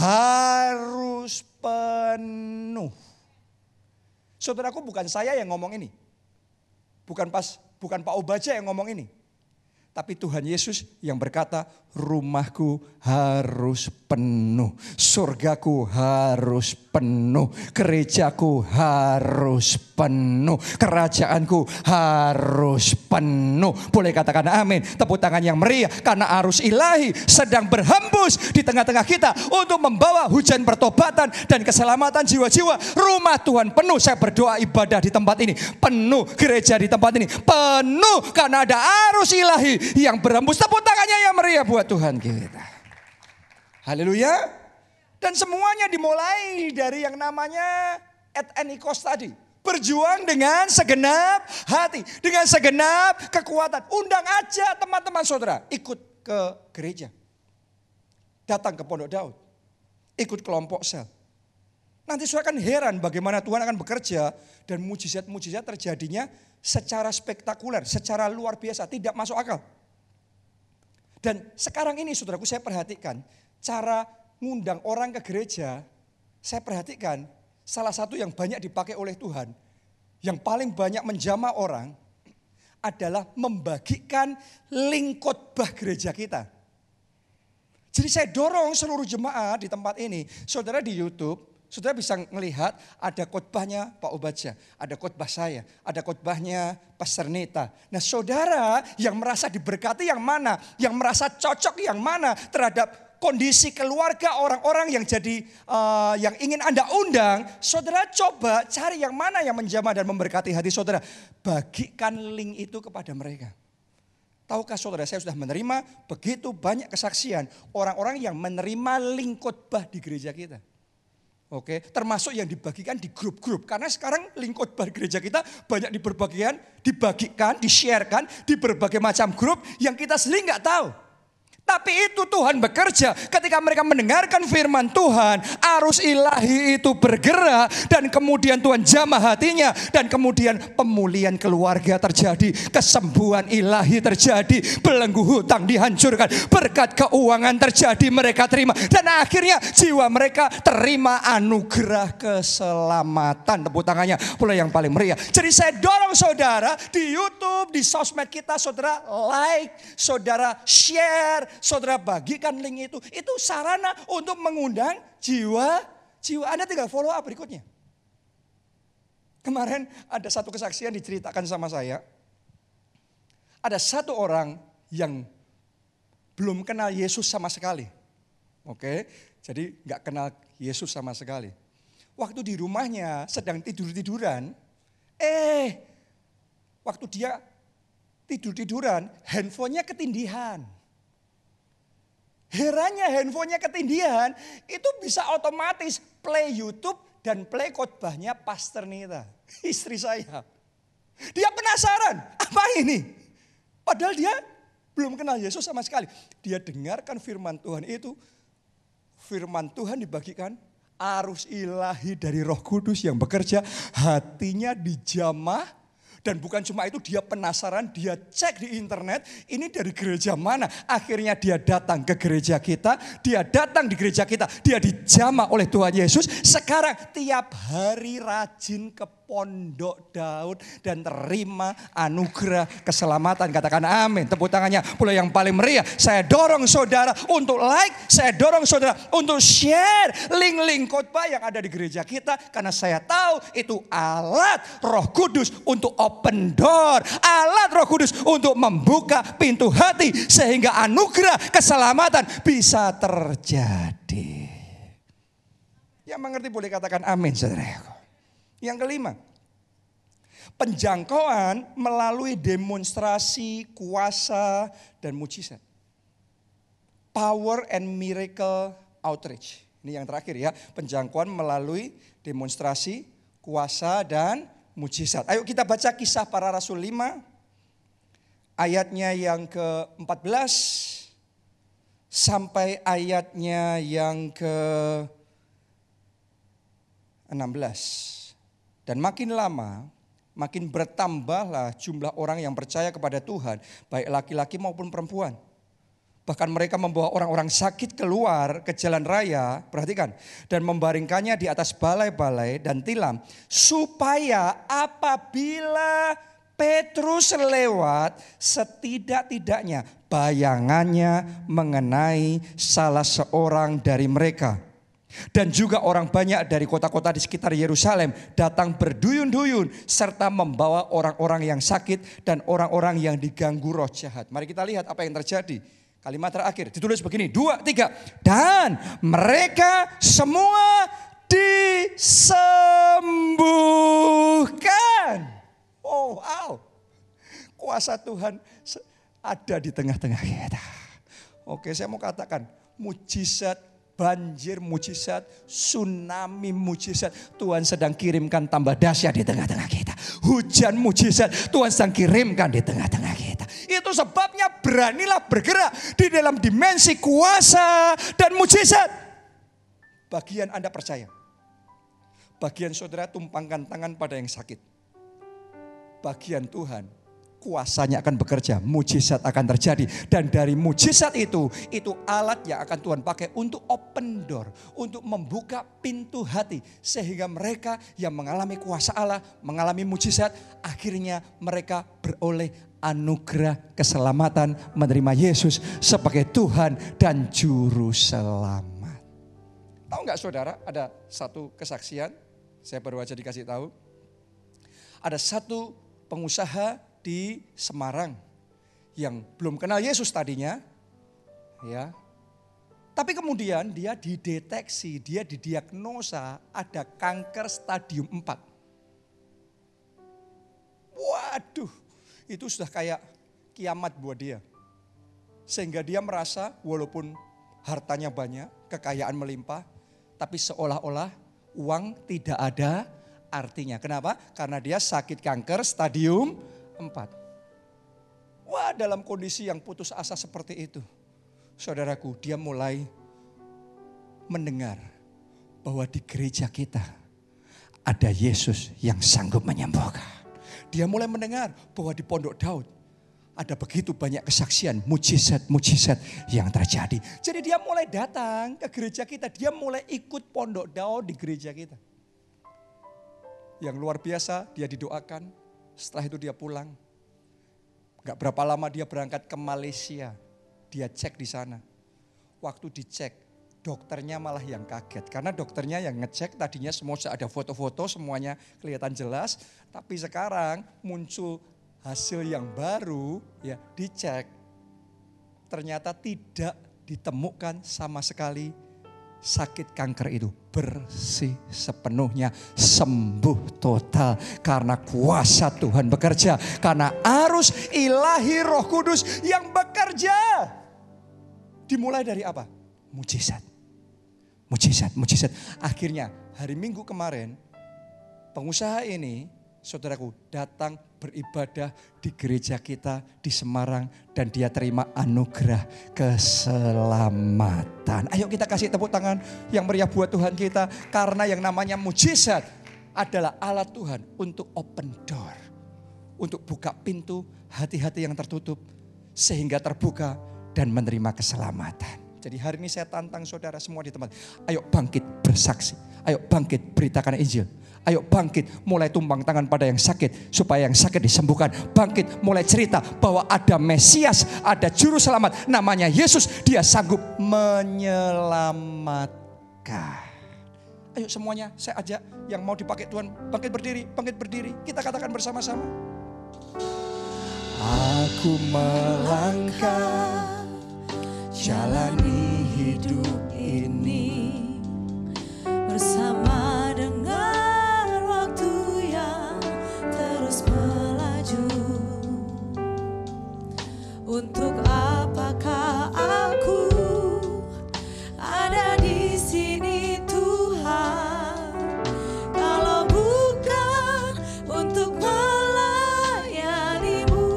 harus penuh. Saudaraku, bukan saya yang ngomong ini. Bukan pas, bukan Pak Obaja yang ngomong ini. Tapi Tuhan Yesus yang berkata, rumahku harus penuh, surgaku harus penuh, gerejaku harus penuh, kerajaanku harus penuh. Boleh katakan amin, tepuk tangan yang meriah, karena arus ilahi sedang berhembus di tengah-tengah kita untuk membawa hujan pertobatan dan keselamatan jiwa-jiwa. Rumah Tuhan penuh, saya berdoa ibadah di tempat ini penuh, gereja di tempat ini penuh, karena ada arus ilahi yang berhembus. Tepuk tangannya yang meriah buat Tuhan kita. Haleluya. Dan semuanya dimulai dari yang namanya at any cost tadi. Berjuang dengan segenap hati, dengan segenap kekuatan. Undang aja teman-teman saudara ikut ke gereja. Datang ke Pondok Daud. Ikut kelompok sel. Nanti saudara akan heran bagaimana Tuhan akan bekerja dan mujizat-mujizat terjadinya secara spektakuler, secara luar biasa, tidak masuk akal. Dan sekarang ini saudaraku, saya perhatikan cara ngundang orang ke gereja. Saya perhatikan salah satu yang banyak dipakai oleh Tuhan, yang paling banyak menjamah orang adalah membagikan link khotbah gereja kita. Jadi saya dorong seluruh jemaat di tempat ini, saudara di YouTube, saudara bisa melihat ada khotbahnya Pak Obaja, ada khotbah saya, ada khotbahnya Pastor Neta. Nah saudara yang merasa diberkati yang mana, yang merasa cocok yang mana terhadap kondisi keluarga orang-orang yang jadi uh, yang ingin Anda undang, saudara coba cari yang mana yang menjamah dan memberkati hati saudara. Bagikan link itu kepada mereka. Tahukah saudara, saya sudah menerima begitu banyak kesaksian orang-orang yang menerima link khotbah di gereja kita. Oke, termasuk yang dibagikan di grup-grup. Karena sekarang link khotbah gereja kita banyak diberbagikan, dibagikan, di-sharekan di berbagai macam grup yang kita sendiri nggak tahu. Tapi itu Tuhan bekerja ketika mereka mendengarkan firman Tuhan. Arus ilahi itu bergerak dan kemudian Tuhan jamah hatinya. Dan kemudian pemulihan keluarga terjadi. Kesembuhan ilahi terjadi. Belenggu hutang dihancurkan. Berkat keuangan terjadi, mereka terima. Dan akhirnya jiwa mereka terima anugerah keselamatan. Tepuk tangannya pula yang paling meriah. Jadi saya dorong saudara di YouTube, di sosmed kita, saudara like, saudara share, saudara bagikan link itu. Itu sarana untuk mengundang jiwa. Jiwa Anda tinggal follow up berikutnya. Kemarin ada satu kesaksian diceritakan sama saya. Ada satu orang yang belum kenal Yesus sama sekali. Oke, jadi gak kenal Yesus sama sekali. Waktu di rumahnya sedang tidur-tiduran. Eh, waktu dia tidur-tiduran, handphonenya ketindihan. Herannya handphonenya ketindihan, itu bisa otomatis play YouTube dan play khotbahnya Pastor Nita, istri saya. Dia penasaran, apa ini? Padahal dia belum kenal Yesus sama sekali. Dia dengarkan firman Tuhan itu. Firman Tuhan dibagikan. Arus ilahi dari Roh Kudus yang bekerja. Hatinya dijamah. Dan bukan cuma itu, dia penasaran, dia cek di internet, ini dari gereja mana. Akhirnya dia datang ke gereja kita, dia datang di gereja kita, dia dijamah oleh Tuhan Yesus. Sekarang tiap hari rajin ke Pondok Daud dan terima anugerah keselamatan. Katakan amin, tepuk tangannya pula yang paling meriah. Saya dorong saudara untuk like, saya dorong saudara untuk share link-link khotbah yang ada di gereja kita. Karena saya tahu itu alat Roh Kudus untuk open door. Alat Roh Kudus untuk membuka pintu hati sehingga anugerah keselamatan bisa terjadi. Yang mengerti boleh katakan amin, saudara. Yang kelima, penjangkauan melalui demonstrasi kuasa dan mujizat. Power and miracle outreach. Ini yang terakhir ya, penjangkauan melalui demonstrasi kuasa dan mujizat. Ayo kita baca Kisah Para Rasul lima, ayatnya yang ke empat belas sampai ayatnya yang ke enam belas. Dan makin lama, makin bertambahlah jumlah orang yang percaya kepada Tuhan, baik laki-laki maupun perempuan. Bahkan mereka membawa orang-orang sakit keluar ke jalan raya, perhatikan, dan membaringkannya di atas balai-balai dan tilam, supaya apabila Petrus lewat, setidak-tidaknya bayangannya mengenai salah seorang dari mereka. Dan juga orang banyak dari kota-kota di sekitar Yerusalem datang berduyun-duyun serta membawa orang-orang yang sakit dan orang-orang yang diganggu roh jahat. Mari kita lihat apa yang terjadi. Kalimat terakhir ditulis begini, dua, tiga. Dan mereka semua disembuhkan. Oh, wow. Kuasa Tuhan ada di tengah-tengah kita. Oke, saya mau katakan mujizat, banjir mujizat, tsunami mujizat. Tuhan sedang kirimkan tambah dahsyat di tengah-tengah kita. Hujan mujizat Tuhan sedang kirimkan di tengah-tengah kita. Itu sebabnya beranilah bergerak di dalam dimensi kuasa dan mujizat. Bagian Anda percaya. Bagian saudara tumpangkan tangan pada yang sakit. Bagian Tuhan, kuasanya akan bekerja, mujizat akan terjadi. Dan dari mujizat itu, itu alat yang akan Tuhan pakai untuk open door. Untuk membuka pintu hati. Sehingga mereka yang mengalami kuasa Allah, mengalami mujizat, akhirnya mereka beroleh anugerah keselamatan, menerima Yesus sebagai Tuhan dan Juru Selamat. Tahu gak saudara, ada satu kesaksian, saya baru aja dikasih tahu. Ada satu pengusaha di Semarang yang belum kenal Yesus tadinya, ya. Tapi kemudian dia dideteksi, dia didiagnosa ada kanker stadium empat. Waduh, itu sudah kayak kiamat buat dia. Sehingga dia merasa walaupun hartanya banyak, kekayaan melimpah, tapi seolah-olah uang tidak ada artinya. Kenapa? Karena dia sakit kanker stadium empat. Wah, dalam kondisi yang putus asa seperti itu, saudaraku, dia mulai mendengar bahwa di gereja kita ada Yesus yang sanggup menyembuhkan. Dia mulai mendengar bahwa di Pondok Daud ada begitu banyak kesaksian, mujizat-mujizat yang terjadi. Jadi dia mulai datang ke gereja kita, dia mulai ikut Pondok Daud di gereja kita. Yang luar biasa, dia didoakan. Setelah itu dia pulang. Gak berapa lama dia berangkat ke Malaysia. Dia cek di sana. Waktu dicek, dokternya malah yang kaget. Karena dokternya yang ngecek tadinya semua ada foto-foto, semuanya kelihatan jelas. Tapi sekarang muncul hasil yang baru, ya dicek. Ternyata tidak ditemukan sama sekali sakit kanker itu, bersih sepenuhnya, sembuh total karena kuasa Tuhan bekerja, karena arus ilahi Roh Kudus yang bekerja. Dimulai dari apa? Mujizat. Mujizat, mujizat. Akhirnya hari Minggu kemarin pengusaha ini saudaraku, datang beribadah di gereja kita di Semarang dan dia terima anugerah keselamatan. Ayo kita kasih tepuk tangan yang meriah buat Tuhan kita, karena yang namanya mujizat adalah alat Tuhan untuk open door, untuk buka pintu hati-hati yang tertutup sehingga terbuka dan menerima keselamatan. Jadi hari ini saya tantang saudara semua di tempat. Ayo bangkit bersaksi. Ayo bangkit beritakan Injil. Ayo bangkit mulai tumpang tangan pada yang sakit supaya yang sakit disembuhkan. Bangkit mulai cerita bahwa ada Mesias, ada juru selamat namanya Yesus. Dia sanggup menyelamatkan. Ayo semuanya saya ajak yang mau dipakai Tuhan bangkit berdiri, bangkit berdiri. Kita katakan bersama-sama. Aku melangkah jalani hidup ini bersama dengan waktu yang terus melaju. Untuk apakah aku ada di sini Tuhan, kalau bukan untuk melayani-Mu?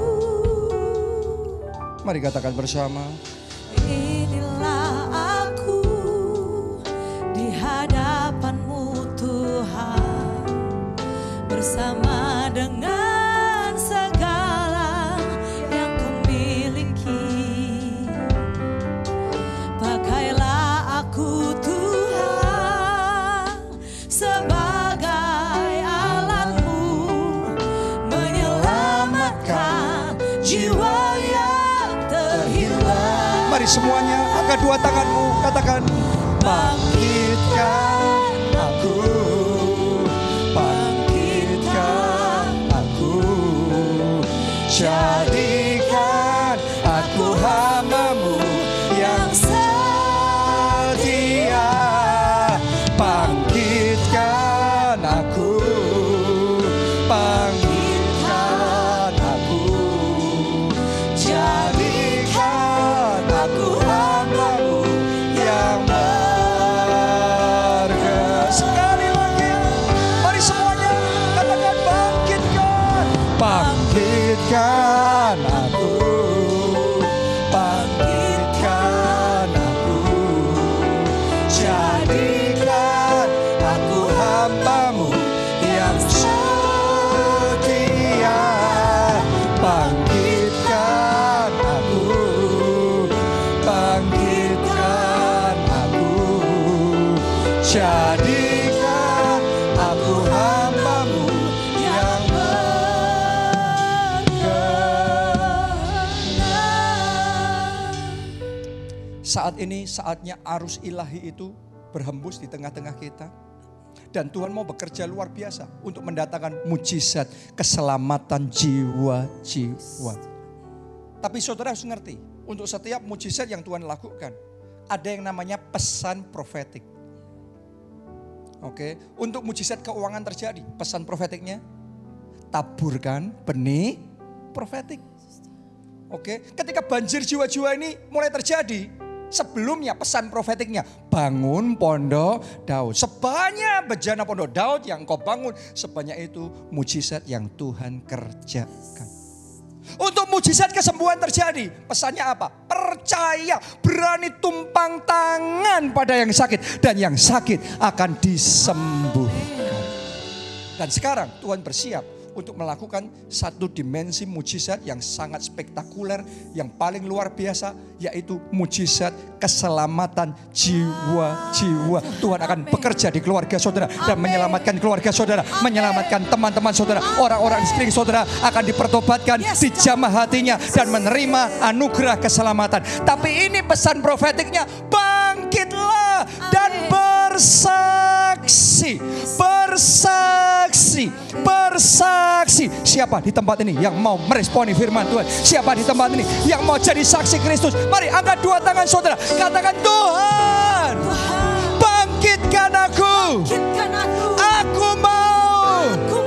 Mari katakan bersama. Inilah aku di hadapan-Mu Tuhan, bersama dengan segala yang kumiliki. Pakailah aku Tuhan sebagai alat-Mu menyelamatkan jiwa yang terhilang. Mari semuanya angkat dua tanganmu, katakan bangkitkan aku, bangkitkan aku, jadikan aku hamba-Mu yang setia. Bangkitkan aku, bangkitkan aku, jadikan aku hamba-Mu yang berkenan. Sekali lagi, mari semuanya katakan bangkitkan, bangkitkan aku, bangkitkan aku, jadikan aku hamba-Mu yang setia. Bangkitkan aku, bangkitkan aku, jadikan aku hamba-Mu yang berkenan. Saat ini saatnya arus ilahi itu berhembus di tengah-tengah kita. Dan Tuhan mau bekerja luar biasa untuk mendatangkan mujizat keselamatan jiwa-jiwa. Tapi saudara harus ngerti, untuk setiap mujizat yang Tuhan lakukan, ada yang namanya pesan profetik. Oke, untuk mujizat keuangan terjadi, pesan profetiknya taburkan benih profetik. Oke, ketika banjir jiwa-jiwa ini mulai terjadi, sebelumnya pesan profetiknya bangun pondok Daud. Sebanyak bejana pondok Daud yang kau bangun, sebanyak itu mujizat yang Tuhan kerjakan. Untuk mujizat kesembuhan terjadi, pesannya apa? Percaya, berani tumpang tangan pada yang sakit, dan yang sakit akan disembuhkan. Dan sekarang Tuhan bersiap untuk melakukan satu dimensi mujizat yang sangat spektakuler, yang paling luar biasa, yaitu mujizat keselamatan jiwa-jiwa. Tuhan akan bekerja di keluarga saudara dan menyelamatkan keluarga saudara, menyelamatkan teman-teman saudara, orang-orang di sekeliling saudara akan dipertobatkan, dijamah hatinya dan menerima anugerah keselamatan. Tapi ini pesan profetiknya, bangkitlah dan bersaksi, bersaksi, bersaksi. Siapa di tempat ini yang mau meresponi firman Tuhan? Siapa di tempat ini yang mau jadi saksi Kristus? Mari angkat dua tangan saudara, katakan Tuhan, bangkitkan aku, aku mau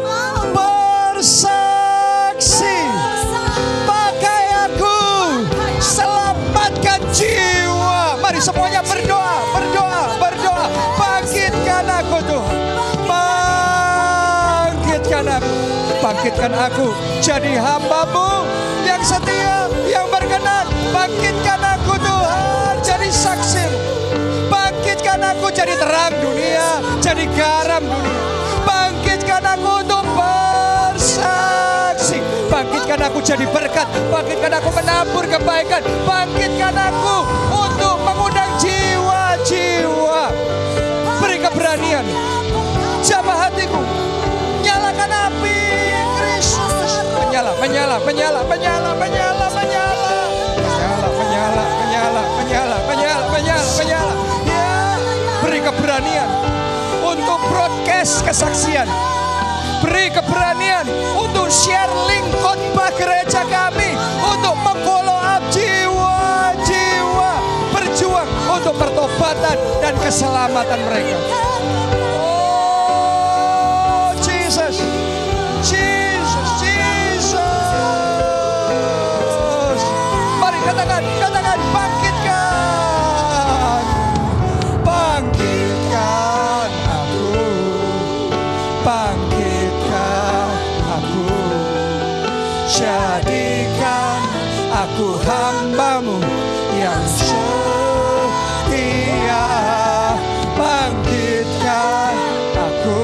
bersaksi, pakai aku, selamatkan jiwa. Mari semuanya berdoa, berdoa, berdoa. Bangkitkan aku Tuhan, bangkitkan aku. Bangkitkan aku jadi hamba-Mu yang setia, yang berkenan. Bangkitkan aku Tuhan jadi saksi. Bangkitkan aku jadi terang dunia, jadi garam dunia. Bangkitkan aku untuk bersaksi. Bangkitkan aku jadi berkat. Bangkitkan aku menabur kebaikan. Bangkitkan aku untuk mengundang jiwa-jiwa. Beri keberanian. Jamah hatiku. Nyalakan api Kristus. Menyala, menyala, menyala, menyala, menyala, menyala. Menyala, menyala, menyala, menyala, menyala, menyala, menyala. Ya, beri keberanian untuk broadcast kesaksian. Beri keberanian untuk share link khotbah gereja kami, untuk meng-follow up jiwa-jiwa, berjuang untuk pertobatan dan keselamatan mereka. Oh Jesus, Jesus, Jesus. Mari katakan, katakan, bangkitkan, bangkitkan aku, bangkitkan aku, jadikan aku hamba-Mu yang setia. Bangkitkan aku,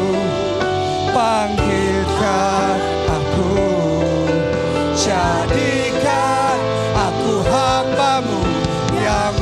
bangkitkan aku, jadikan aku hamba-Mu yang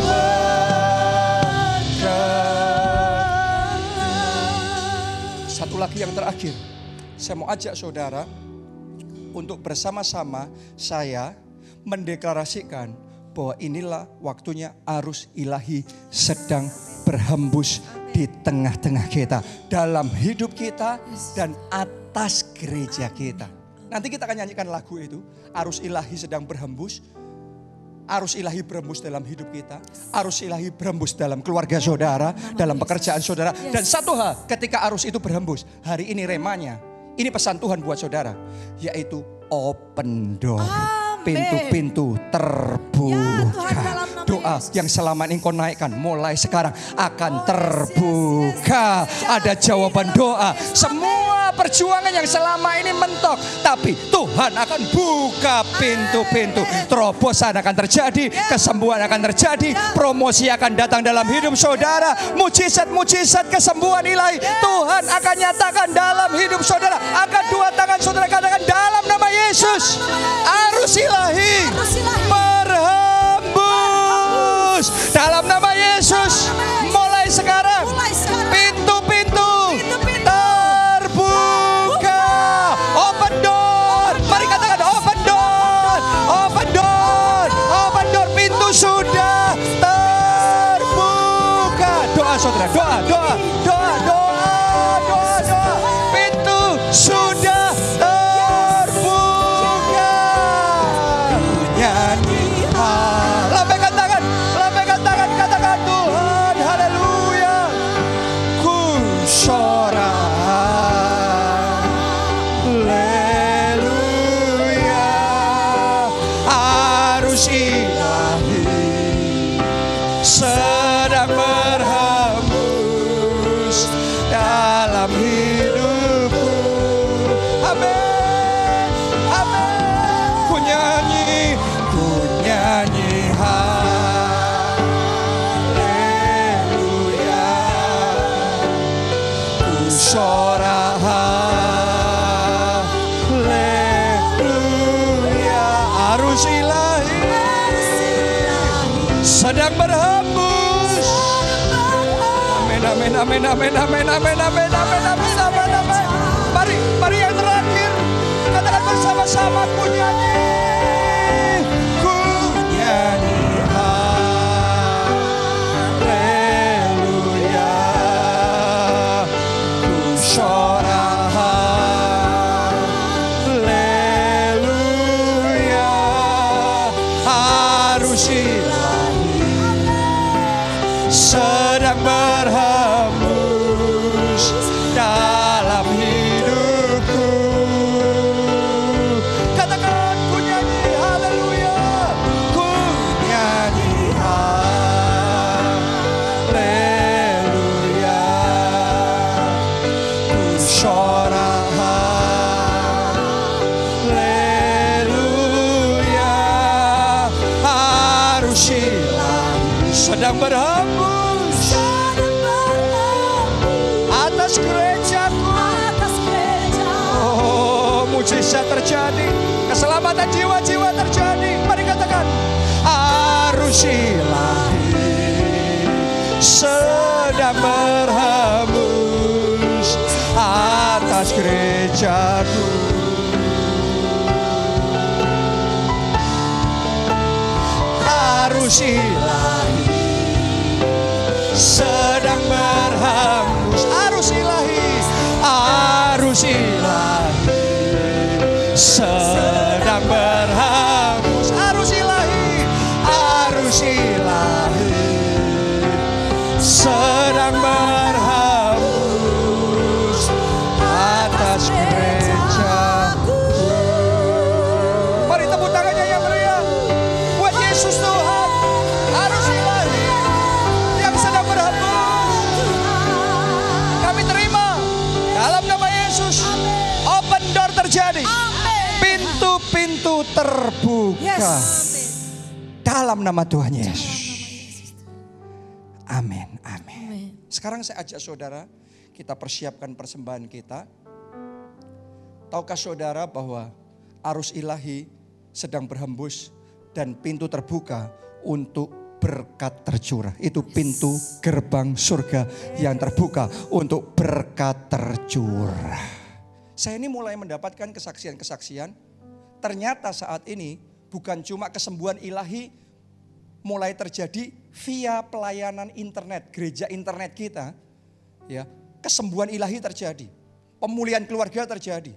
berkenan. Satu lagi yang terakhir, saya mau ajak saudara untuk bersama-sama saya mendeklarasikan bahwa inilah waktunya arus ilahi sedang berhembus di tengah-tengah kita, dalam hidup kita dan atas gereja kita. Nanti kita akan nyanyikan lagu itu, arus ilahi sedang berhembus. Arus ilahi berhembus dalam hidup kita, arus ilahi berhembus dalam keluarga saudara, dalam pekerjaan saudara. Dan satu hal, ketika arus itu berhembus, hari ini remanya, ini pesan Tuhan buat saudara, yaitu open door. Pintu-pintu terbuka. Doa yang selama ini kau naikkan mulai sekarang akan terbuka. Ada jawaban doa. Semua perjuangan yang selama ini mentok, tapi Tuhan akan buka pintu-pintu. Terobosan akan terjadi, kesembuhan akan terjadi, promosi akan datang dalam hidup saudara. Mujizat-mujizat kesembuhan ilahi Tuhan akan nyatakan dalam hidup saudara. Angkat dua tangan saudara, katakan dalam nama Yesus, arus ilahi berhembus dalam nama Yesus. Mulai sekarang pintu-pintu terbuka. Open door. Mari katakan open door. Open door. Open door. Pintu sudah terbuka. Doa saudara, doa, doa, doa, doa, doa, doa. Pintu sudah terbuka. Nyanyi. Lambaikan tangan, lambaikan tangan, katakan Tuhan, haleluya. Ku sorak, haleluya. Arus ilahi sedang berhembus dalam hidupku. Amin, amin. Ku nyanyi, ku nyanyi haleluya. Ku sorak haleluya. Arus ilahi sedang berhembus. Amin, amin, amin, amin, amin, amin, amin, amin, amin, amin, amin. Mari, mari yang terakhir, katakan bersama-sama, ku nyanyi, ku nyanyi haleluya. Ku sorak haleluya. Arus ilahi sedang berhembus dalam hidupku. Katakan ku nyanyi haleluya. Ku nyanyi haleluya. Ku sorak haleluya. sedang berhembus sedang berhembus atas gerejaku. atas gereja. Oh, mujizat terjadi, keselamatan jiwa-jiwa terjadi. Mari katakan, arus ilahi sedang berhembus atas gerejaku. Arus ilahi sedang berhembus. Arus ilahi, arus ilahi sedang berhembus. Arus ilahi, arus ilahi sedang berhembus atas gerejaku. Mari tepuk tangannya yang meriah buat Yesus Tuhan. Arus ilahi yang sedang berhembus, kami terima dalam nama Yesus. Open door terjadi, pintu-pintu terbuka dalam nama Tuhan Yesus. Amin, amin. Sekarang saya ajak saudara, kita persiapkan persembahan kita. Tahukah saudara bahwa arus ilahi sedang berhembus dan pintu terbuka untuk berkat tercurah. Itu pintu gerbang surga yang terbuka untuk berkat tercurah. Saya ini mulai mendapatkan kesaksian-kesaksian. Ternyata saat ini bukan cuma kesembuhan ilahi mulai terjadi via pelayanan internet, gereja internet kita. Ya, kesembuhan ilahi terjadi, pemulihan keluarga terjadi,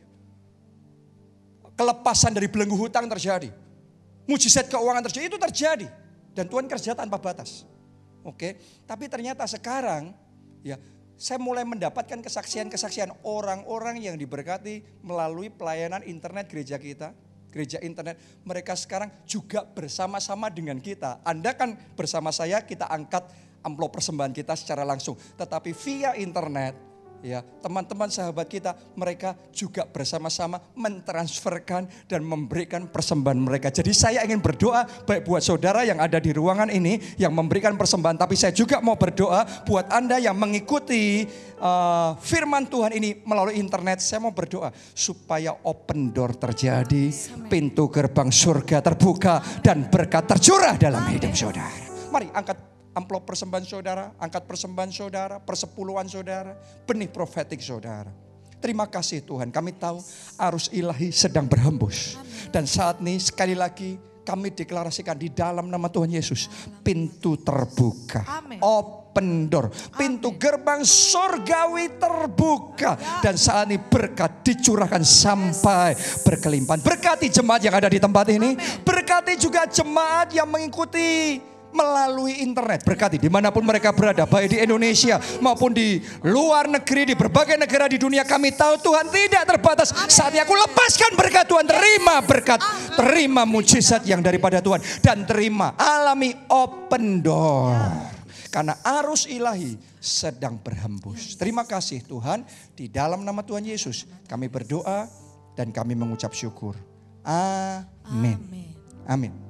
kelepasan dari belenggu hutang terjadi, mujizat keuangan terjadi, itu terjadi. Dan Tuhan kerja tanpa batas. Oke, tapi ternyata sekarang ya saya mulai mendapatkan kesaksian-kesaksian orang-orang yang diberkati melalui pelayanan internet gereja kita. Gereja internet, mereka sekarang juga bersama-sama dengan kita. Anda kan bersama saya, kita angkat amplop persembahan kita secara langsung. Tetapi via internet, ya teman-teman sahabat kita, mereka juga bersama-sama mentransferkan dan memberikan persembahan mereka. Jadi saya ingin berdoa baik buat saudara yang ada di ruangan ini yang memberikan persembahan, tapi saya juga mau berdoa buat Anda yang mengikuti uh, firman Tuhan ini melalui internet. Saya mau berdoa supaya open door terjadi, pintu gerbang surga terbuka dan berkat tercurah dalam hidup saudara. Mari angkat amplop persembahan saudara, angkat persembahan saudara, persepuluhan saudara, benih profetik saudara. Terima kasih Tuhan, kami tahu arus ilahi sedang berhembus. Dan saat ini sekali lagi kami deklarasikan di dalam nama Tuhan Yesus, pintu terbuka. Amin. Open door, pintu Amin. Gerbang surgawi terbuka. Dan saat ini berkat dicurahkan sampai berkelimpahan. Berkati jemaat yang ada di tempat ini, berkati juga jemaat yang mengikuti melalui internet. Berkati dimanapun mereka berada, baik di Indonesia maupun di luar negeri, di berbagai negara di dunia. Kami tahu Tuhan tidak terbatas. Saatnya aku lepaskan berkat Tuhan. Terima berkat, terima mujizat yang daripada Tuhan, dan terima alami open door. Karena arus ilahi sedang berhembus. Terima kasih Tuhan, di dalam nama Tuhan Yesus kami berdoa dan kami mengucap syukur. Amin. Amin.